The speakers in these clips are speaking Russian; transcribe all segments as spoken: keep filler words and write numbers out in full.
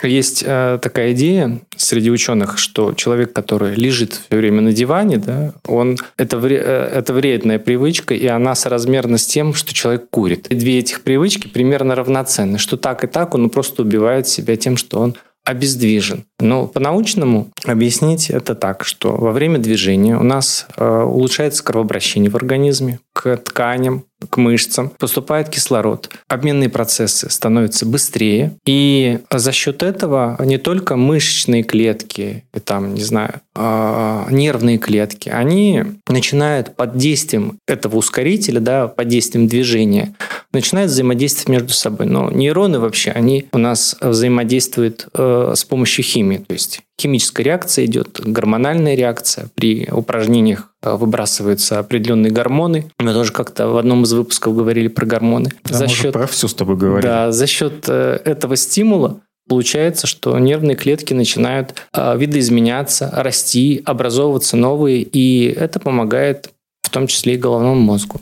Есть э, такая идея среди ученых, что человек, который лежит все время на диване, да, он, это, вре, э, это вредная привычка, и она соразмерна с тем, что человек курит. И две этих привычки примерно равноценны, что так и так он просто убивает себя тем, что он обездвижен. Но по-научному объяснить это так, что во время движения у нас э, улучшается кровообращение в организме, к тканям, к мышцам, поступает кислород. Обменные процессы становятся быстрее, и за счет этого не только мышечные клетки, и там, не знаю, э, нервные клетки, они начинают под действием этого ускорителя, да, под действием движения, начинают взаимодействовать между собой. Но нейроны вообще, они у нас взаимодействуют э, с помощью химии, то есть химическая реакция идет, гормональная реакция. При упражнениях выбрасываются определенные гормоны. Мы тоже как-то в одном из выпусков говорили про гормоны. Да, за счет, про все с тобой говорили. Да, за счет этого стимула получается, что нервные клетки начинают видоизменяться, расти, образовываться новые, и это помогает в том числе и головному мозгу.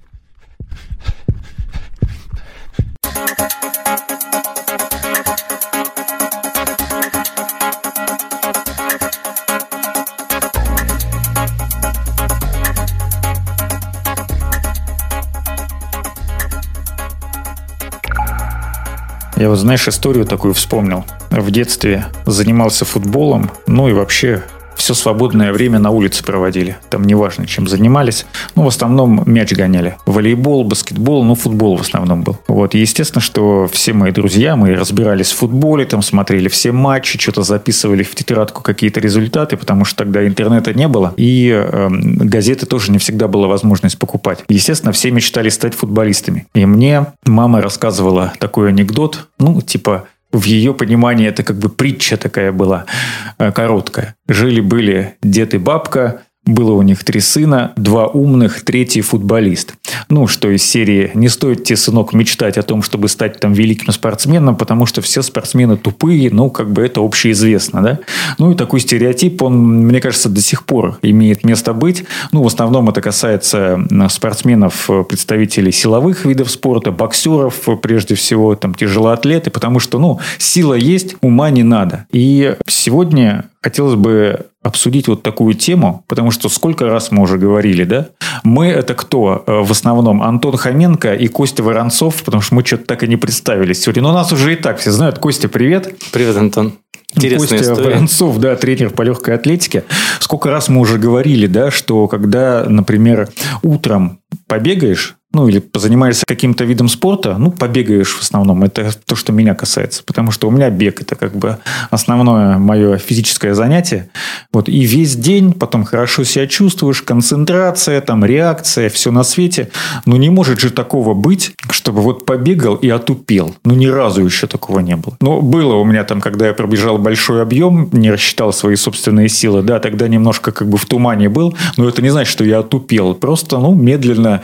Я вот, знаешь, историю такую вспомнил. В детстве занимался футболом, ну и вообще все свободное время на улице проводили. Там неважно, чем занимались. Ну, в основном мяч гоняли. Волейбол, баскетбол, ну, футбол в основном был. Вот. И естественно, что все мои друзья, мы разбирались в футболе, там смотрели все матчи, что-то записывали в тетрадку какие-то результаты, потому что тогда интернета не было. И э, газеты тоже не всегда была возможность покупать. Естественно, все мечтали стать футболистами. И мне мама рассказывала такой анекдот, ну, типа... В ее понимании это как бы притча такая была, короткая. Жили-были дед и бабка, было у них три сына, два умных, третий футболист. Ну, что из серии «Не стоит тебе, сынок, мечтать о том, чтобы стать там великим спортсменом, потому что все спортсмены тупые», ну, как бы это общеизвестно, да? Ну, и такой стереотип, он, мне кажется, до сих пор имеет место быть. Ну, в основном это касается спортсменов, представителей силовых видов спорта, боксеров, прежде всего, там, тяжелоатлеты, потому что, ну, сила есть, ума не надо. И сегодня хотелось бы обсудить вот такую тему, потому что сколько раз мы уже говорили, да? Мы это кто? В основном Антон Хоменко и Костя Воронцов, потому что мы что-то так и не представились сегодня. Но нас уже и так все знают. Костя, привет. Привет, Антон. Интересная Костя история. Воронцов, да, тренер по легкой атлетике. Сколько раз мы уже говорили, да, что когда, например, утром побегаешь, ну, или позанимаешься каким-то видом спорта, ну, побегаешь в основном. Это то, что меня касается. Потому что у меня бег – это как бы основное мое физическое занятие. Вот. И весь день потом хорошо себя чувствуешь, концентрация, там, реакция, все на свете. Но не может же такого быть, чтобы вот побегал и отупел. Ну, ни разу еще такого не было. Но было у меня там, когда я пробежал большой объем, не рассчитал свои собственные силы, да, тогда немножко как бы в тумане был. Но это не значит, что я отупел. Просто, ну, медленно...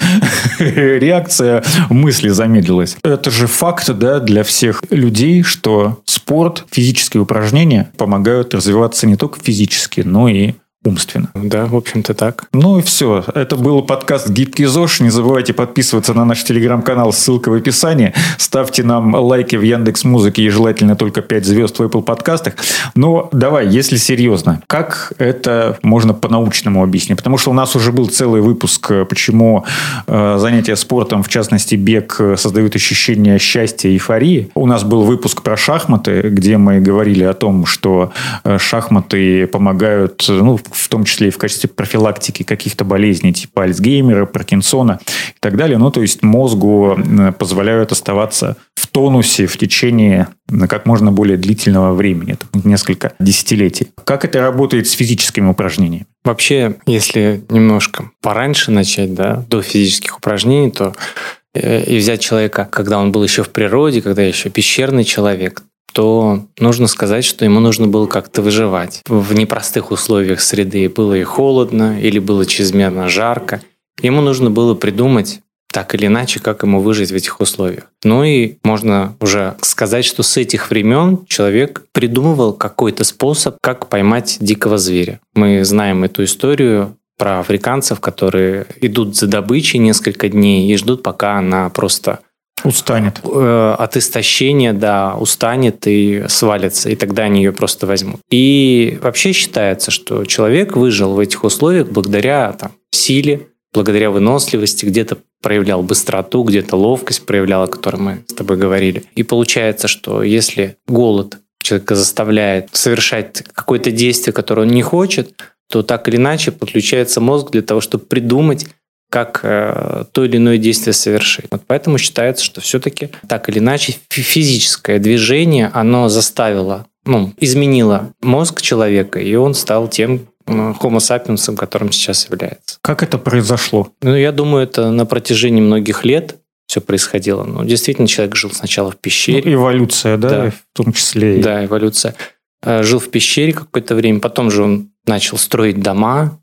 реакция мысли замедлилась. Это же факт, да, для всех людей, что спорт, физические упражнения помогают развиваться не только физически, но и умственно. Да, в общем-то так. Ну и все. Это был подкаст «Гибкий ЗОЖ». Не забывайте подписываться на наш телеграм-канал, ссылка в описании. Ставьте нам лайки в Яндекс.Музыке и желательно только пять звезд в Apple подкастах. Но давай, если серьезно, как это можно по-научному объяснить? Потому что у нас уже был целый выпуск, почему э, занятия спортом, в частности бег, создают ощущение счастья и эйфории. У нас был выпуск про шахматы, где мы говорили о том, что шахматы помогают, ну, в том числе и в качестве профилактики каких-то болезней типа Альцгеймера, Паркинсона и так далее. Ну, то есть мозгу позволяют оставаться в тонусе в течение как можно более длительного времени, несколько десятилетий. Как это работает с физическими упражнениями? Вообще, если немножко пораньше начать, да, до физических упражнений, то и взять человека, когда он был еще в природе, когда еще пещерный человек, то нужно сказать, что ему нужно было как-то выживать. В непростых условиях среды было и холодно, или было чрезмерно жарко. Ему нужно было придумать так или иначе, как ему выжить в этих условиях. Ну и можно уже сказать, что с этих времен человек придумывал какой-то способ, как поймать дикого зверя. Мы знаем эту историю про африканцев, которые идут за добычей несколько дней и ждут, пока она просто Устанет. От истощения, да, устанет и свалится, и тогда они ее просто возьмут. И вообще считается, что человек выжил в этих условиях благодаря там, силе, благодаря выносливости, где-то проявлял быстроту, где-то ловкость проявлял, о которой мы с тобой говорили. И получается, что если голод человека заставляет совершать какое-то действие, которое он не хочет, то так или иначе подключается мозг для того, чтобы придумать, как э, то или иное действие совершить. Вот поэтому считается, что все-таки так или иначе физическое движение, оно заставило, ну, изменило мозг человека, и он стал тем Homo sapiens, которым сейчас является. Как это произошло? Ну, я думаю, это на протяжении многих лет все происходило. Ну, действительно, человек жил сначала в пещере. Ну, эволюция, да, да, в том числе. Да, эволюция. Жил в пещере какое-то время, потом же он начал строить дома.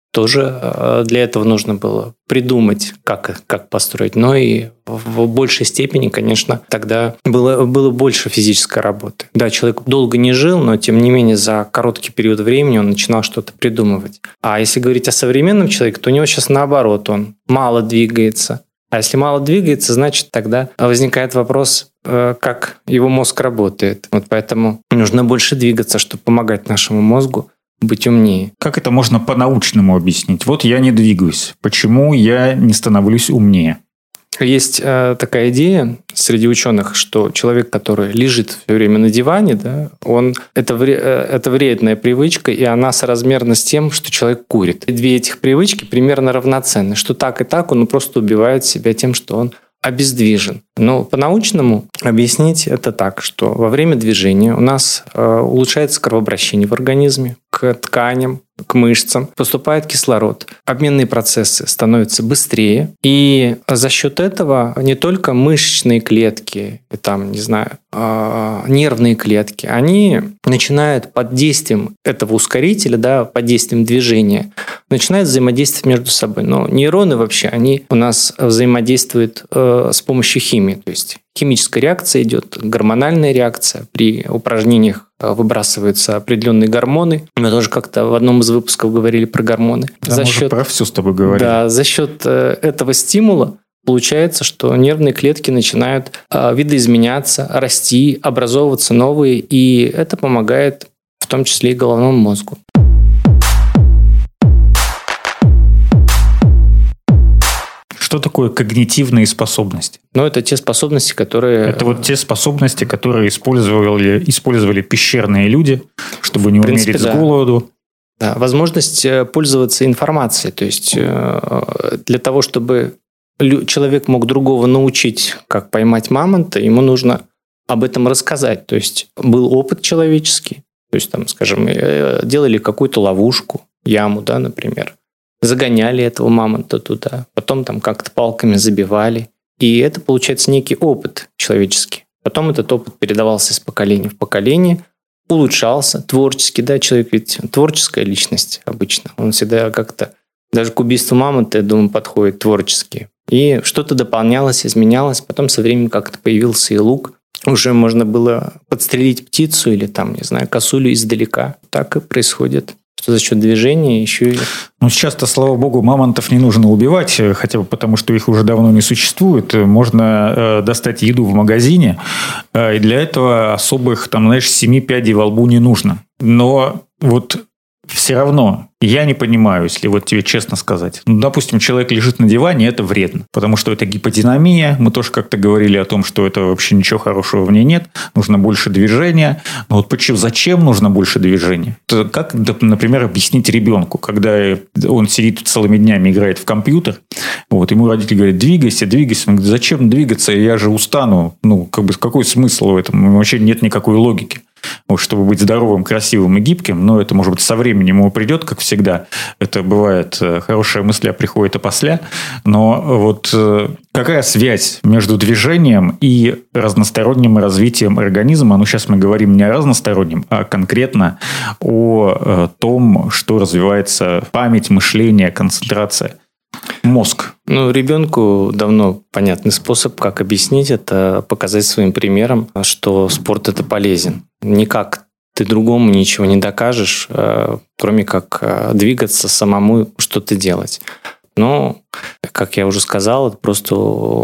Тоже для этого нужно было придумать, как, как построить. Но и в большей степени, конечно, тогда было, было больше физической работы. Да, человек долго не жил, но тем не менее за короткий период времени он начинал что-то придумывать. А если говорить о современном человеке, то у него сейчас наоборот, он мало двигается. А если мало двигается, значит тогда возникает вопрос, как его мозг работает. Вот поэтому нужно больше двигаться, чтобы помогать нашему мозгу быть умнее. Как это можно по-научному объяснить? Вот я не двигаюсь. Почему я не становлюсь умнее? Есть э, такая идея среди ученых, что человек, который лежит все время на диване, да, он, это, вре, это вредная привычка, и она соразмерна с тем, что человек курит. И две этих привычки примерно равноценны, что так и так он просто убивает себя тем, что он обездвижен. Но по-научному объяснить это так, что во время движения у нас э, улучшается кровообращение в организме, к тканям, к мышцам, поступает кислород. Обменные процессы становятся быстрее, и за счет этого не только мышечные клетки, и там, не знаю, э, нервные клетки, они начинают под действием этого ускорителя, да, под действием движения, начинают взаимодействовать между собой. Но нейроны вообще, они у нас взаимодействуют э, с помощью химии, то есть химическая реакция идет, гормональная реакция. При упражнениях выбрасываются определенные гормоны. Мы тоже как-то в одном из выпусков говорили про гормоны. Да, за счет, про все с тобой говорили. Да, за счет этого стимула получается, что нервные клетки начинают видоизменяться, расти, образовываться новые, и это помогает в том числе и головному мозгу. Что такое когнитивные способности? Ну, это те способности, которые... Это вот те способности, которые использовали, использовали пещерные люди, чтобы не принципе, умереть да. с голоду. Да, возможность пользоваться информацией. То есть для того, чтобы человек мог другого научить, как поймать мамонта, ему нужно об этом рассказать. То есть был опыт человеческий. То есть, там, скажем, делали какую-то ловушку, яму, да, например. Загоняли этого мамонта туда, потом там как-то палками забивали. И это, получается, некий опыт человеческий. Потом этот опыт передавался из поколения в поколение, улучшался творчески. Да, человек ведь творческая личность обычно. Он всегда как-то, даже к убийству мамонта, я думаю, подходит творчески. И что-то дополнялось, изменялось. Потом со временем как-то появился и лук. Уже можно было подстрелить птицу или там, не знаю, косулю издалека. Так и происходит. Что за счет движения еще и... Ну, сейчас-то, слава богу, мамонтов не нужно убивать, хотя бы потому, что их уже давно не существует. Можно э, достать еду в магазине, э, и для этого особых, там, знаешь, семи пядей во лбу не нужно. Но вот все равно я не понимаю, если вот тебе честно сказать. Ну, допустим, человек лежит на диване, это вредно, потому что это гиподинамия. Мы тоже как-то говорили о том, что это вообще ничего хорошего в ней нет. Нужно больше движения. Но вот почему, зачем нужно больше движения? Это как, например, объяснить ребенку, когда он сидит целыми днями, играет в компьютер, вот, ему родители говорят, двигайся, двигайся. Он говорит, зачем двигаться? Я же устану. Ну, как бы, какой смысл в этом? Вообще нет никакой логики. Вот, чтобы быть здоровым, красивым и гибким, но это, может быть, со временем ему придет, как всегда. Это бывает, хорошая мысль приходит опосля. Но вот какая связь между движением и разносторонним развитием организма? Ну, сейчас мы говорим не о разностороннем, а конкретно о том, что развивается память, мышление, концентрация. Мозг. Ну, ребенку давно понятный способ, как объяснить это, показать своим примером, что спорт это полезен. Никак ты другому ничего не докажешь, кроме как двигаться самому, что-то делать. Но, как я уже сказал, это просто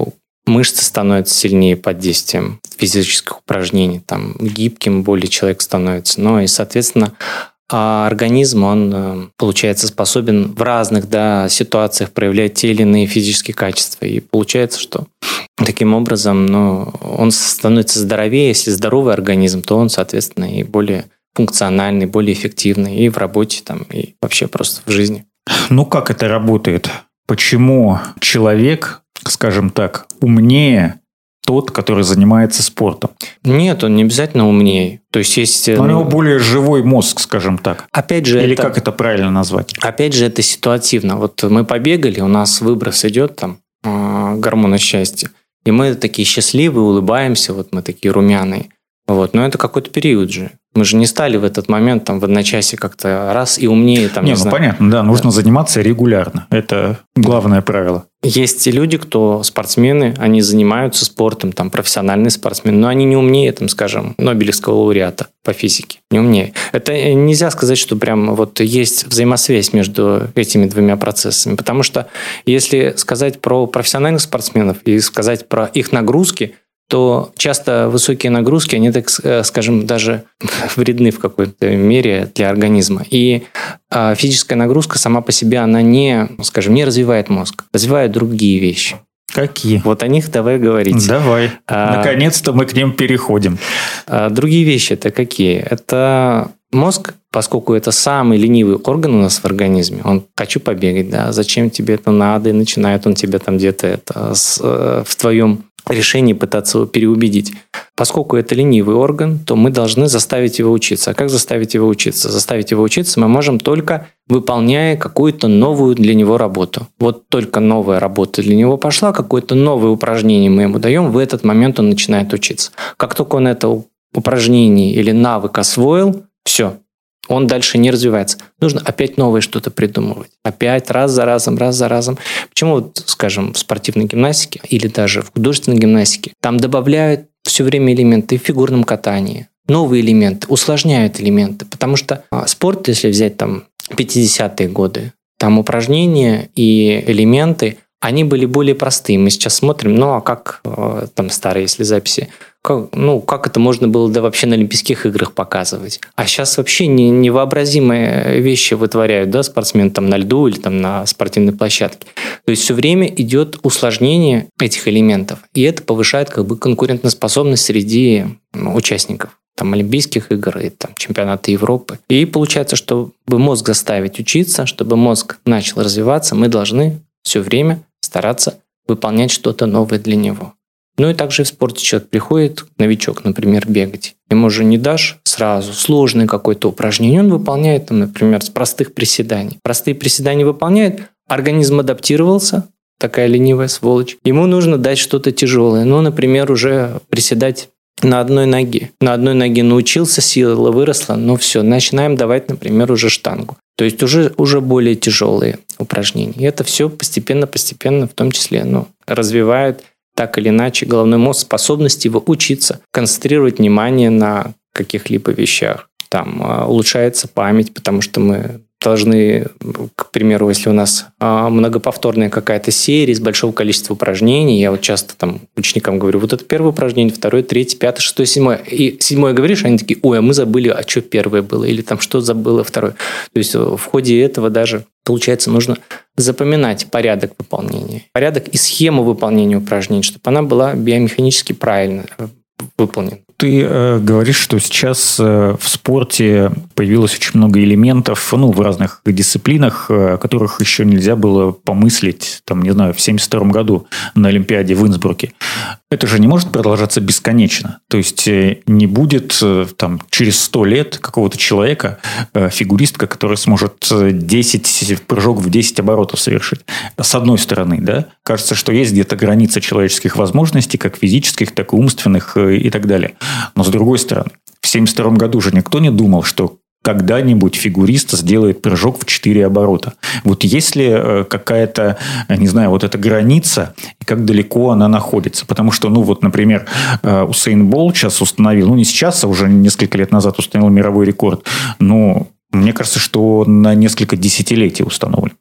мышцы становятся сильнее под действием физических упражнений, там гибким более человек становится. Ну и, соответственно, организм, он, получается, способен в разных да, ситуациях проявлять те или иные физические качества. И получается, что таким образом ну, он становится здоровее. Если здоровый организм, то он, соответственно, и более функциональный, более эффективный и в работе, там, и вообще просто в жизни. Ну, как это работает? Почему человек, скажем так, умнее тот, который занимается спортом? Нет, он не обязательно умнее. То есть есть... Но у него более живой мозг, скажем так. Опять же, Или это, как это правильно назвать? Опять же, это ситуативно. Вот мы побегали, у нас выброс идет, там, гормона счастья. И мы такие счастливые, улыбаемся, вот мы такие румяные. Вот. Но это какой-то период же. Мы же не стали в этот момент там, в одночасье как-то раз и умнее. Там, не, не ну знаю. понятно, да, нужно да. заниматься регулярно. Это главное правило. Есть люди, кто спортсмены, они занимаются спортом, там, профессиональные спортсмены, но они не умнее, там, скажем, Нобелевского лауреата по физике. Не умнее. Это нельзя сказать, что прям вот есть взаимосвязь между этими двумя процессами. Потому что если сказать про профессиональных спортсменов и сказать про их нагрузки, то часто высокие нагрузки, они, так скажем, даже вредны в какой-то мере для организма. И физическая нагрузка сама по себе, она не, скажем, не развивает мозг, развивает другие вещи. Какие? Вот о них давай говорить. Давай. А, Наконец-то мы к ним переходим. А, другие вещи это какие? Это мозг, поскольку это самый ленивый орган у нас в организме. Он хочу побегать, да, зачем тебе это надо, и начинает он тебя там где-то это с, в твоем решении пытаться его переубедить. Поскольку это ленивый орган, то мы должны заставить его учиться. А как заставить его учиться? Заставить его учиться мы можем только выполняя какую-то новую для него работу. Вот только новая работа для него пошла, какое-то новое упражнение мы ему даем, в этот момент он начинает учиться. Как только он это упражнение или навык освоил, все, он дальше не развивается. Нужно опять новое что-то придумывать. Опять раз за разом, раз за разом. Почему, вот, скажем, в спортивной гимнастике или даже в художественной гимнастике там добавляют все время элементы в фигурном катании, новые элементы, усложняют элементы. Потому что спорт, если взять там пятидесятые годы, там упражнения и элементы, они были более простые. Мы сейчас смотрим, ну а как там старые, если записи, как, ну как это можно было да вообще на Олимпийских играх показывать? А сейчас вообще не, невообразимые вещи вытворяют, да, спортсмены там на льду или там на спортивной площадке. То есть все время идет усложнение этих элементов, и это повышает как бы конкурентоспособность среди ну, участников там, Олимпийских игр и там, чемпионата Европы. И получается, чтобы мозг заставить учиться, чтобы мозг начал развиваться, мы должны все время стараться выполнять что-то новое для него. Ну и также в спорте человек приходит, новичок, например, бегать. Ему же не дашь сразу сложное какое-то упражнение. Он выполняет, там, например, с простых приседаний. Простые приседания выполняет, организм адаптировался, такая ленивая сволочь. Ему нужно дать что-то тяжелое. Ну, например, уже приседать на одной ноге. На одной ноге научился, сила выросла, но все, начинаем давать, например, уже штангу. То есть уже, уже более тяжелые упражнения. И это все постепенно-постепенно, в том числе, ну, развивает так или иначе головной мозг, способность его учиться, концентрировать внимание на каких-либо вещах. Там улучшается память, потому что мы должны, к примеру, если у нас многоповторная какая-то серия из большого количества упражнений, я вот часто там ученикам говорю, вот это первое упражнение, второе, третье, пятое, шестое, седьмое. И седьмое говоришь, они такие, ой, а мы забыли, а что первое было? Или там что забыло второе? То есть в ходе этого даже, получается, нужно запоминать порядок выполнения, порядок и схему выполнения упражнений, чтобы она была биомеханически правильно выполнена. Ты э, говоришь, что сейчас э, в спорте появилось очень много элементов, ну, в разных дисциплинах, э, которых еще нельзя было помыслить, там, не знаю, в семьдесят втором году на Олимпиаде в Инсбруке. Это же не может продолжаться бесконечно. То есть э, не будет э, там, через сто лет какого-то человека, э, фигуристка, который сможет десять прыжок в десять оборотов совершить. С одной стороны, да, кажется, что есть где-то граница человеческих возможностей, как физических, так и умственных э, и так далее. Но с другой стороны, в семьдесят втором году же никто не думал, что когда-нибудь фигурист сделает прыжок в четыре оборота. Вот есть ли какая-то, не знаю, вот эта граница, и как далеко она находится? Потому что, ну вот, например, Усейн Болт сейчас установил, ну не сейчас, а уже несколько лет назад установил мировой рекорд, но мне кажется, что на несколько десятилетий установлен.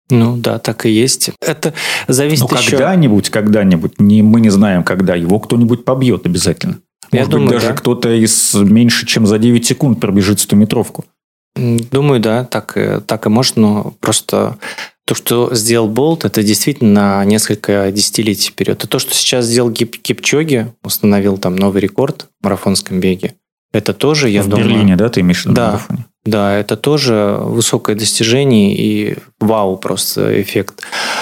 Ну да, так и есть. Это зависит Но еще... когда-нибудь, когда-нибудь, не, мы не знаем, когда, его кто-нибудь побьет обязательно. Я Может думаю, быть, даже да. кто-то из меньше, чем за девять секунд пробежит стометровку. Думаю, да, так, и- так и может, но просто то, что сделал Болт, это действительно на несколько десятилетий вперед. И то, что сейчас сделал Кип- Кипчоги, установил там новый рекорд в марафонском беге, это тоже, я в думаю... Берлине, да, ты имеешь в виду Да. на марафоне? Да, это тоже высокое достижение и вау просто эффект.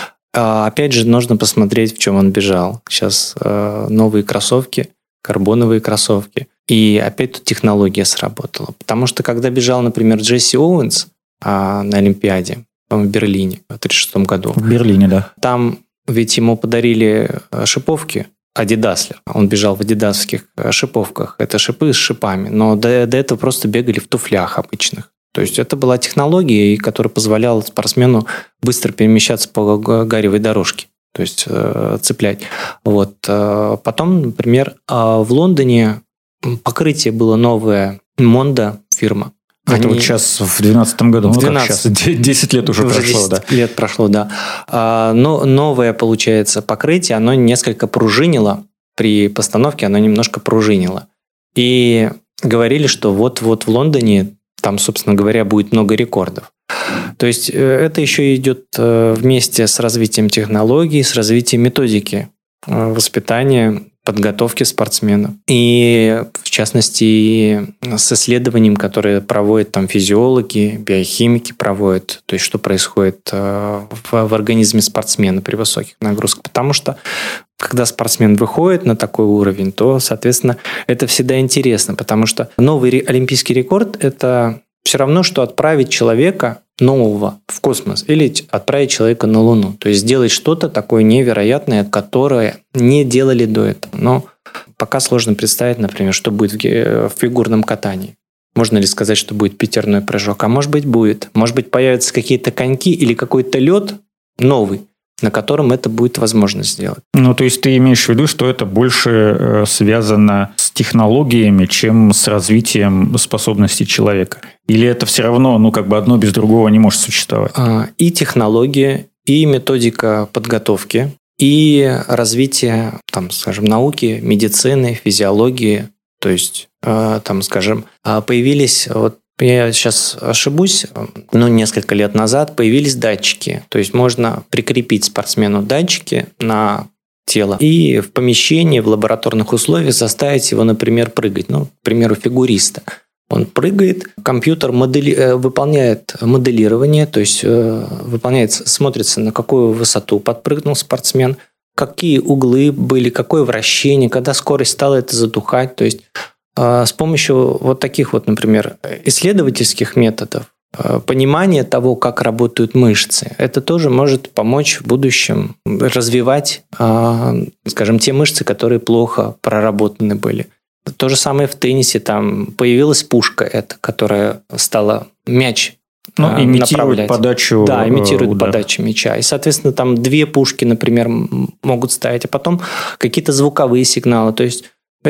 А, опять же, нужно посмотреть, в чем он бежал. Сейчас э, новые кроссовки, карбоновые кроссовки. И опять тут технология сработала. Потому что когда бежал, например, Джесси Оуэнс а, на Олимпиаде, по-моему, в Берлине в тридцать шестом году, В Берлине, да. там ведь ему подарили э, шиповки, Адидаслер. Он бежал в адидасовских э, шиповках. Это шипы с шипами. Но до, до этого просто бегали в туфлях обычных. То есть это была технология, и которая позволяла спортсмену быстро перемещаться по г- гаревой дорожке. То есть э, цеплять. Вот. э, Потом, например, э, в Лондоне покрытие было новое. Монда фирма. Это Они- вот сейчас в двенадцатом году. В Ну, как двенадцатом. сейчас? десять лет уже Уже прошло, да. десять лет прошло, да. А, но новое, получается, покрытие, оно несколько пружинило. При постановке оно немножко пружинило. И говорили, что вот-вот в Лондоне, там, собственно говоря, будет много рекордов. То есть э, это еще идет э, вместе с развитием технологий, с развитием методики э, воспитания, подготовки спортсменов. И, в частности, и с исследованием, которые проводят там физиологи, биохимики проводят, то есть что происходит э, в, в организме спортсмена при высоких нагрузках. Потому что когда спортсмен выходит на такой уровень, то, соответственно, это всегда интересно, потому что новый ре- олимпийский рекорд – это все равно, что отправить человека нового в космос или т- отправить человека на Луну. То есть сделать что-то такое невероятное, которое не делали до этого. Но пока сложно представить, например, что будет в ге- в фигурном катании. Можно ли сказать, что будет пятерной прыжок? А может быть, будет. Может быть, появятся какие-то коньки или какой-то лед новый, на котором это будет возможно сделать. Ну, то есть ты имеешь в виду, что это больше э, связано с технологиями, чем с развитием способностей человека? Или это все равно, ну, как бы одно без другого не может существовать? А, И технология, и методика подготовки, и развитие, там, скажем, науки, медицины, физиологии. То есть, э, там, скажем, а, появились, вот я сейчас ошибусь, ну, несколько лет назад появились датчики. То есть можно прикрепить спортсмену датчики на тело и в помещении, в лабораторных условиях заставить его, например, прыгать. Ну, к примеру, фигуриста. Он прыгает, компьютер модели... э, выполняет моделирование, то есть э, выполняет, смотрится, на какую высоту подпрыгнул спортсмен, какие углы были, какое вращение, когда скорость стала это затухать. То есть э, с помощью вот таких вот, например, исследовательских методов, э, понимания того, как работают мышцы, это тоже может помочь в будущем развивать, э, скажем, те мышцы, которые плохо проработаны были. То же самое в теннисе. Там появилась пушка, эта, которая стала мяч Ну, а, имитирует направлять. подачу. Да, имитирует удар. подачу мяча. И, соответственно, там две пушки, например, м- могут ставить, а потом какие-то звуковые сигналы. То есть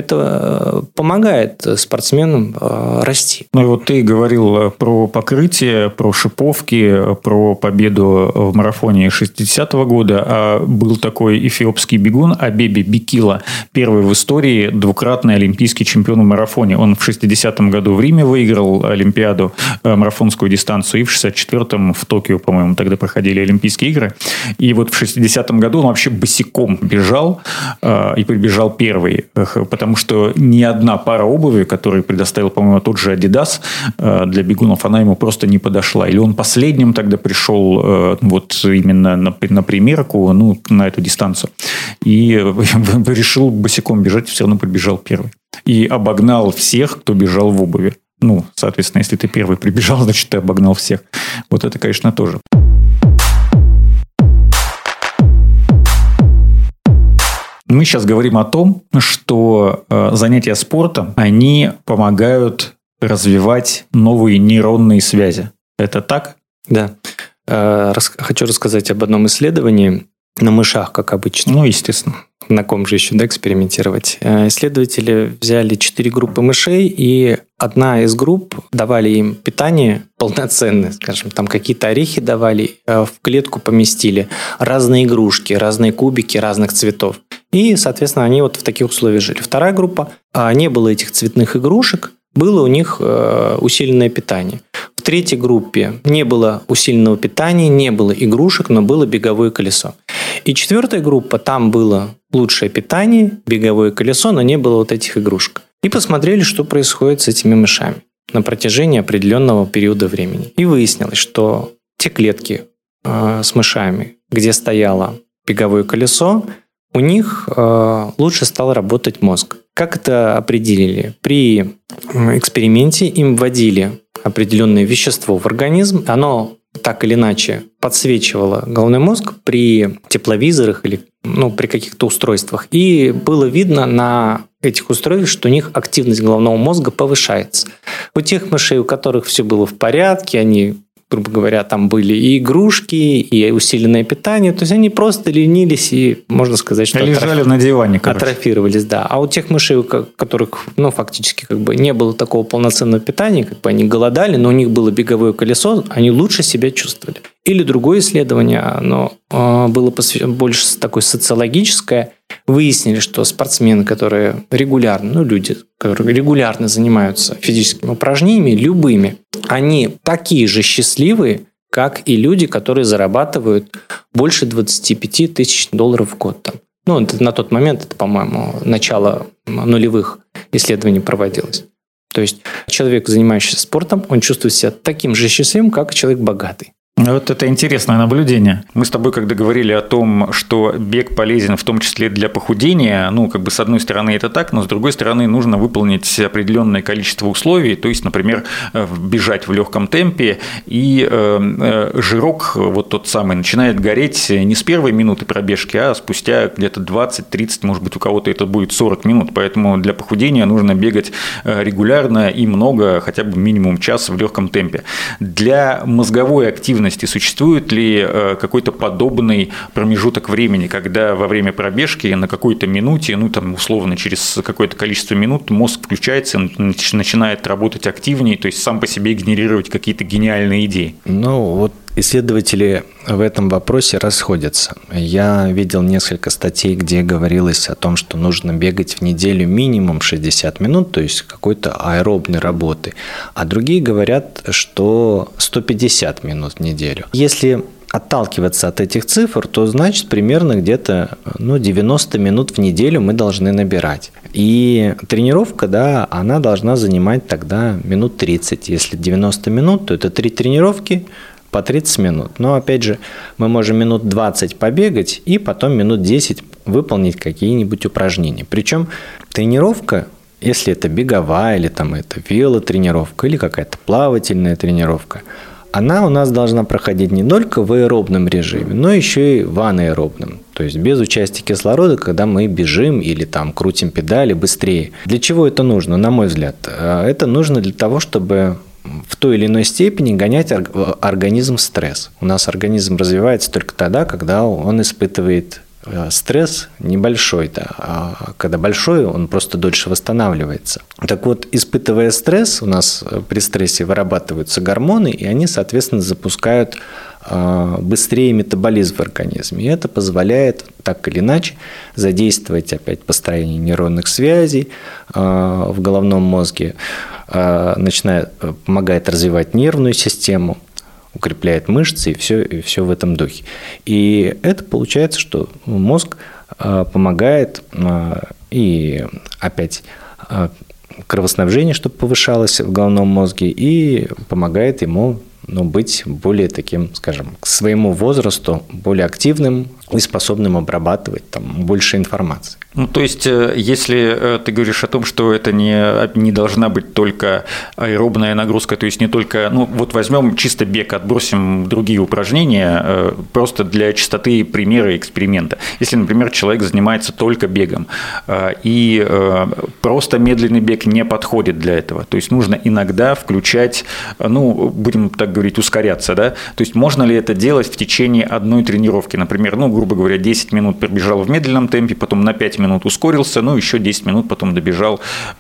это э, помогает спортсменам э, расти. Ну и вот ты говорил про покрытие, про шиповки, про победу в марафоне шестидесятого года. А был такой эфиопский бегун Абеби Бикила, первый в истории двукратный олимпийский чемпион в марафоне. Он в шестидесятом году в Риме выиграл Олимпиаду, марафонскую дистанцию, и в шестьдесят четвёртом в Токио, по-моему, тогда проходили Олимпийские игры. И вот в шестидесятом году он вообще босиком бежал и прибежал первый, потому что ни одна пара обуви, которую предоставил, по-моему, тот же Adidas для бегунов, она ему просто не подошла. Или он последним тогда пришел вот именно на, на примерку, ну, на эту дистанцию. И решил босиком бежать, все равно прибежал первый. И обогнал всех, кто бежал в обуви. Ну, соответственно, если ты первый прибежал, значит, ты обогнал всех. Вот это, конечно, тоже. Мы сейчас говорим о том, что э, занятия спортом, они помогают развивать новые нейронные связи. Это так? Да. Э, рас- хочу рассказать об одном исследовании. на мышах, как обычно. Ну, естественно. На ком же еще, да, экспериментировать. Исследователи взяли четыре группы мышей, и одна из групп давали им питание полноценное, скажем, там какие-то орехи давали, в клетку поместили, разные игрушки, разные кубики разных цветов. И, соответственно, они вот в таких условиях жили. Вторая группа, не было этих цветных игрушек, было у них усиленное питание. В третьей группе не было усиленного питания, не было игрушек, но было беговое колесо. И четвертая группа, там было лучшее питание, беговое колесо, но не было вот этих игрушек. И посмотрели, что происходит с этими мышами на протяжении определенного периода времени. И выяснилось, что те клетки э, с мышами, где стояло беговое колесо, у них э, лучше стал работать мозг. Как это определили? При эксперименте им вводили определенное вещество в организм, оно так или иначе подсвечивало головной мозг при тепловизорах или ну, при каких-то устройствах. И было видно на этих устройствах, что у них активность головного мозга повышается. У тех мышей, у которых все было в порядке, они, грубо говоря, там были и игрушки, и усиленное питание, то есть они просто ленились и, можно сказать, что лежали атрофи... на диване, короче. Атрофировались, да. А у тех мышей, у которых, ну, фактически, как бы не было такого полноценного питания, как бы они голодали, но у них было беговое колесо, они лучше себя чувствовали. Или другое исследование, оно э, было посвящено больше такое социологическое, выяснили, что спортсмены, которые регулярно, ну, люди, которые регулярно занимаются физическими упражнениями, любыми, они такие же счастливые, как и люди, которые зарабатывают больше двадцать пять тысяч долларов в год. Там. Ну, это, на тот момент, это, по-моему, начало нулевых исследований проводилось. То есть человек, занимающийся спортом, он чувствует себя таким же счастливым, как и человек богатый. Вот это интересное наблюдение. Мы с тобой, когда говорили о том, что бег полезен в том числе для похудения, ну, как бы с одной стороны это так, но с другой стороны нужно выполнить определенное количество условий, то есть, например, бежать в легком темпе, и жирок вот тот самый начинает гореть не с первой минуты пробежки, а спустя где-то двадцать-тридцать, может быть, у кого-то это будет сорок минут, поэтому для похудения нужно бегать регулярно и много, хотя бы минимум час в легком темпе. Для мозговой активности существует ли какой-то подобный промежуток времени, когда во время пробежки на какой-то минуте, ну там условно через какое-то количество минут мозг включается, начинает работать активнее, то есть сам по себе генерировать какие-то гениальные идеи? Ну вот исследователи в этом вопросе расходятся. Я видел несколько статей, где говорилось о том, что нужно бегать в неделю минимум шестьдесят минут, то есть какой-то аэробной работы. А другие говорят, что сто пятьдесят минут в неделю. Если отталкиваться от этих цифр, то значит примерно где-то ну, девяносто минут в неделю мы должны набирать. И тренировка, да, она должна занимать тогда минут тридцать. Если девяносто минут, то это три тренировки по тридцать минут. Но опять же, мы можем минут двадцать побегать и потом минут десять выполнить какие-нибудь упражнения. Причем тренировка, если это беговая или там это велотренировка или какая-то плавательная тренировка, она у нас должна проходить не только в аэробном режиме, но еще и в анаэробном. То есть без участия кислорода, когда мы бежим или там крутим педали быстрее. Для чего это нужно, на мой взгляд? Это нужно для того, чтобы в той или иной степени гонять организм в стресс. У нас организм развивается только тогда, когда он испытывает стресс небольшой, да, а когда большой, он просто дольше восстанавливается. Так вот, испытывая стресс, у нас при стрессе вырабатываются гормоны, и они, соответственно, запускают быстрее метаболизм в организме. И это позволяет так или иначе задействовать опять построение нейронных связей в головном мозге, начинает, помогает развивать нервную систему, укрепляет мышцы и все, и все в этом духе. И это получается, что мозг помогает и опять кровоснабжение, чтобы повышалось в головном мозге, и помогает ему ну, быть более таким, скажем, к своему возрасту более активным и способным обрабатывать там, больше информации. Ну, то есть, если ты говоришь о том, что это не, не должна быть только аэробная нагрузка, то есть не только, ну, вот возьмем чисто бег, отбросим другие упражнения, просто для чистоты примера эксперимента. Если, например, человек занимается только бегом, и просто медленный бег не подходит для этого, то есть нужно иногда включать, ну, будем так говорить, ускоряться, да, то есть можно ли это делать в течение одной тренировки, например, ну, грубо говоря, десять минут пробежал в медленном темпе, потом на пять минут минут ускорился, ну, еще десять минут потом добежал,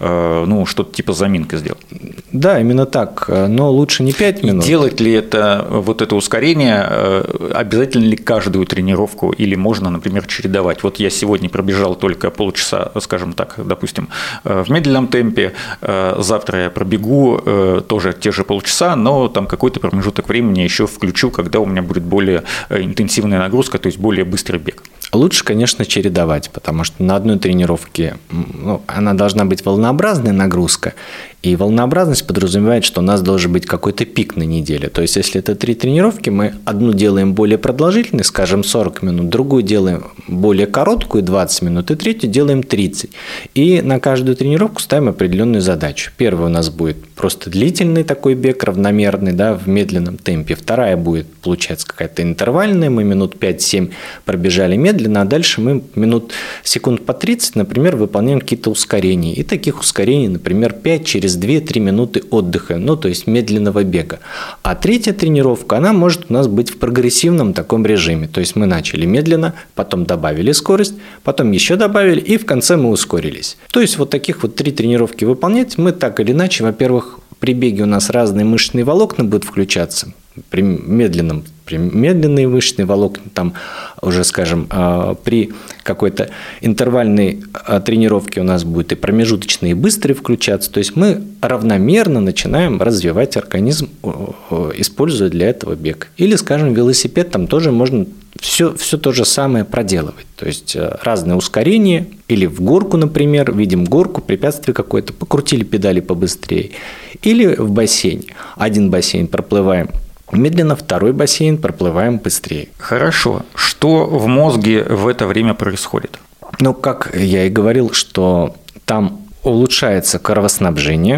ну, что-то типа заминка сделал. Да, именно так, но лучше не пять минут. И делать ли это, вот это ускорение, обязательно ли каждую тренировку, или можно, например, чередовать? Вот я сегодня пробежал только полчаса, скажем так, допустим, в медленном темпе, завтра я пробегу тоже те же полчаса, но там какой-то промежуток времени еще включу, когда у меня будет более интенсивная нагрузка, то есть более быстрый бег. Лучше, конечно, чередовать, потому что на одной тренировке, ну, она должна быть волнообразная нагрузка, и волнообразность подразумевает, что у нас должен быть какой-то пик на неделе. То есть, если это три тренировки, мы одну делаем более продолжительной, скажем, сорок минут, другую делаем более короткую, двадцать минут, и третью делаем тридцать. И на каждую тренировку ставим определенную задачу. Первая у нас будет просто длительный такой бег, равномерный, да, в медленном темпе. Вторая будет, получается, какая-то интервальная, мы минут пять-семь пробежали медленно, а дальше мы минут секунд по тридцать, например, выполняем какие-то ускорения. И таких ускорений, например, пять через две-три минуты отдыха, ну, то есть медленного бега. А третья тренировка, она может у нас быть в прогрессивном таком режиме. То есть мы начали медленно, потом добавили скорость, потом еще добавили, и в конце мы ускорились. То есть вот таких вот три тренировки выполнять мы так или иначе, во-первых, при беге у нас разные мышечные волокна будут включаться. При медленном, при медленные мышечные волокна, там уже, скажем, при какой-то интервальной тренировке у нас будет и промежуточные, и быстрые включаться. То есть мы равномерно начинаем развивать организм, используя для этого бег. Или, скажем, велосипед, там тоже можно все, все то же самое проделывать. То есть разные ускорения, или в горку, например, видим горку, препятствие какое-то, покрутили педали побыстрее. Или в бассейне. Один бассейн проплываем медленно, второй бассейн проплываем быстрее. Хорошо. Что в мозге в это время происходит? Ну, как я и говорил, что там улучшается кровоснабжение,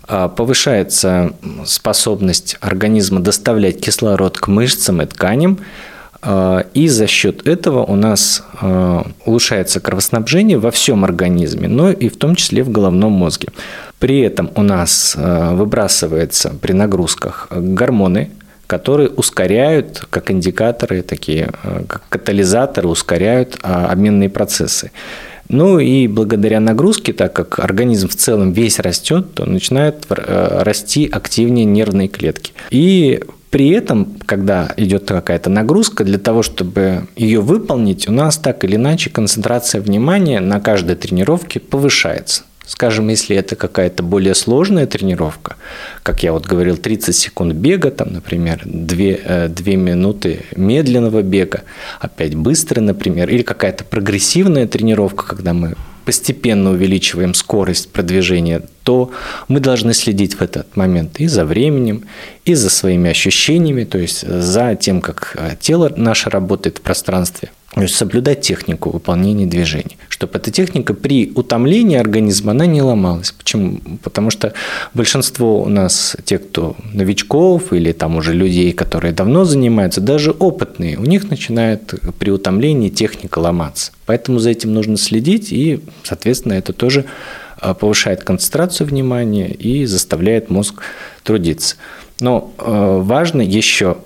повышается способность организма доставлять кислород к мышцам и тканям, и за счет этого у нас улучшается кровоснабжение во всем организме, но и в том числе в головном мозге. При этом у нас выбрасываются при нагрузках гормоны, которые ускоряют, как индикаторы, такие, как катализаторы, ускоряют обменные процессы. Ну и благодаря нагрузке, так как организм в целом весь растет, то начинают расти активнее нервные клетки. И при этом, когда идет какая-то нагрузка, для того, чтобы ее выполнить, у нас так или иначе концентрация внимания на каждой тренировке повышается. Скажем, если это какая-то более сложная тренировка, как я вот говорил, тридцать секунд бега, там, например, две, две минуты медленного бега, опять быстро, например, или какая-то прогрессивная тренировка, когда мы постепенно увеличиваем скорость продвижения, то мы должны следить в этот момент и за временем, и за своими ощущениями, то есть за тем, как тело наше работает в пространстве. То есть соблюдать технику выполнения движений, чтобы эта техника при утомлении организма она не ломалась. Почему? Потому что большинство у нас, те, кто новичков или там уже людей, которые давно занимаются, даже опытные, у них начинает при утомлении техника ломаться. Поэтому за этим нужно следить, и, соответственно, это тоже повышает концентрацию внимания и заставляет мозг трудиться. Но важно еще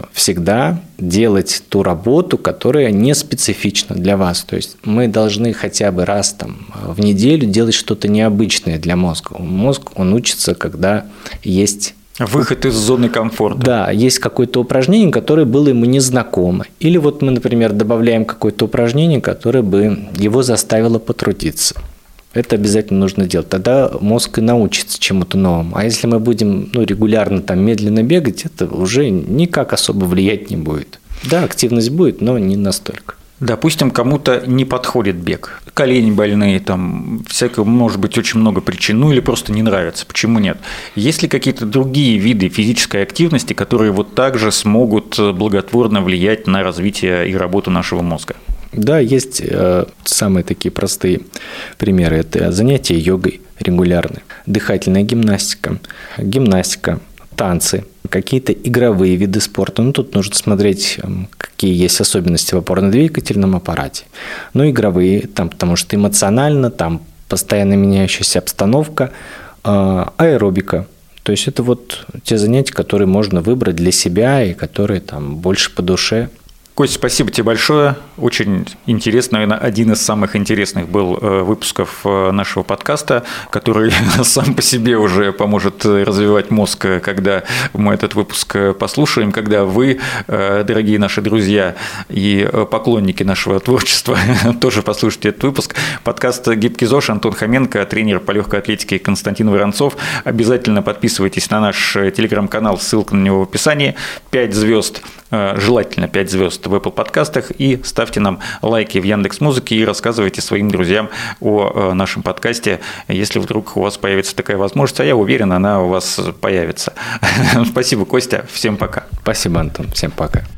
всегда делать ту работу, которая не специфична для вас. То есть мы должны хотя бы раз там, в неделю делать что-то необычное для мозга. Мозг, он учится, когда есть... Выход из зоны комфорта. Да, есть какое-то упражнение, которое было ему незнакомо. Или вот мы, например, добавляем какое-то упражнение, которое бы его заставило потрудиться. Это обязательно нужно делать. Тогда мозг и научится чему-то новому. А если мы будем ну, регулярно там, медленно бегать, это уже никак особо влиять не будет. Да, активность будет, но не настолько. Допустим, кому-то не подходит бег. Колени больные, там, всякого, может быть, очень много причин, ну или просто не нравится. Почему нет? Есть ли какие-то другие виды физической активности, которые вот также смогут благотворно влиять на развитие и работу нашего мозга? Да, есть э, самые такие простые примеры. Это занятия йогой регулярные, дыхательная гимнастика, гимнастика, танцы, какие-то игровые виды спорта. Ну, тут нужно смотреть, какие есть особенности в опорно-двигательном аппарате. Ну, игровые, там, потому что эмоционально, там постоянно меняющаяся обстановка, э, аэробика. То есть это вот те занятия, которые можно выбрать для себя и которые там больше по душе. Костя, спасибо тебе большое. Очень интересно, наверное, один из самых интересных был выпусков нашего подкаста, который сам по себе уже поможет развивать мозг, когда мы этот выпуск послушаем, когда вы, дорогие наши друзья и поклонники нашего творчества, тоже послушаете этот выпуск. Подкаст «Гибкий ЗОЖ», Антон Хоменко, тренер по легкой атлетике Константин Воронцов. Обязательно подписывайтесь на наш телеграм-канал, ссылка на него в описании. Пять звезд, желательно пять звезд в Apple подкастах, и ставьте нам лайки в Яндекс.Музыке и рассказывайте своим друзьям о нашем подкасте, если вдруг у вас появится такая возможность, а я уверен, она у вас появится. Спасибо, Костя, всем пока. Спасибо, Антон, всем пока.